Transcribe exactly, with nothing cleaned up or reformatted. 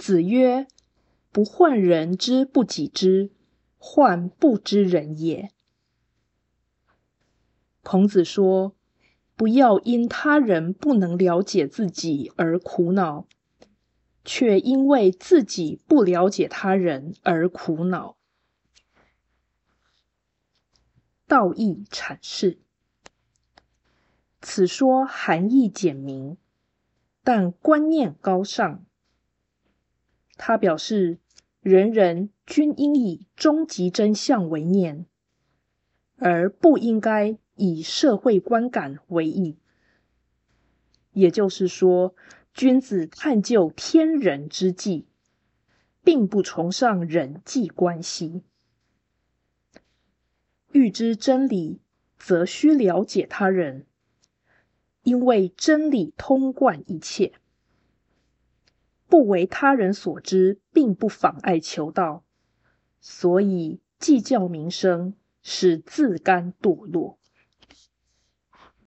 子曰：不患人之不己知，患不知人也。孔子说，不要因他人不能了解自己而苦恼，却因为自己不了解他人而苦恼。道义阐释，此说含义简明，但观念高尚。他表示，人人均应以终极真相为念，而不应该以社会观感为义。也就是说，君子探究天人之际，并不崇尚人际关系。欲知真理，则须了解他人，因为真理通贯一切。不为他人所知，并不妨碍求道，所以计较名声，使自甘堕落。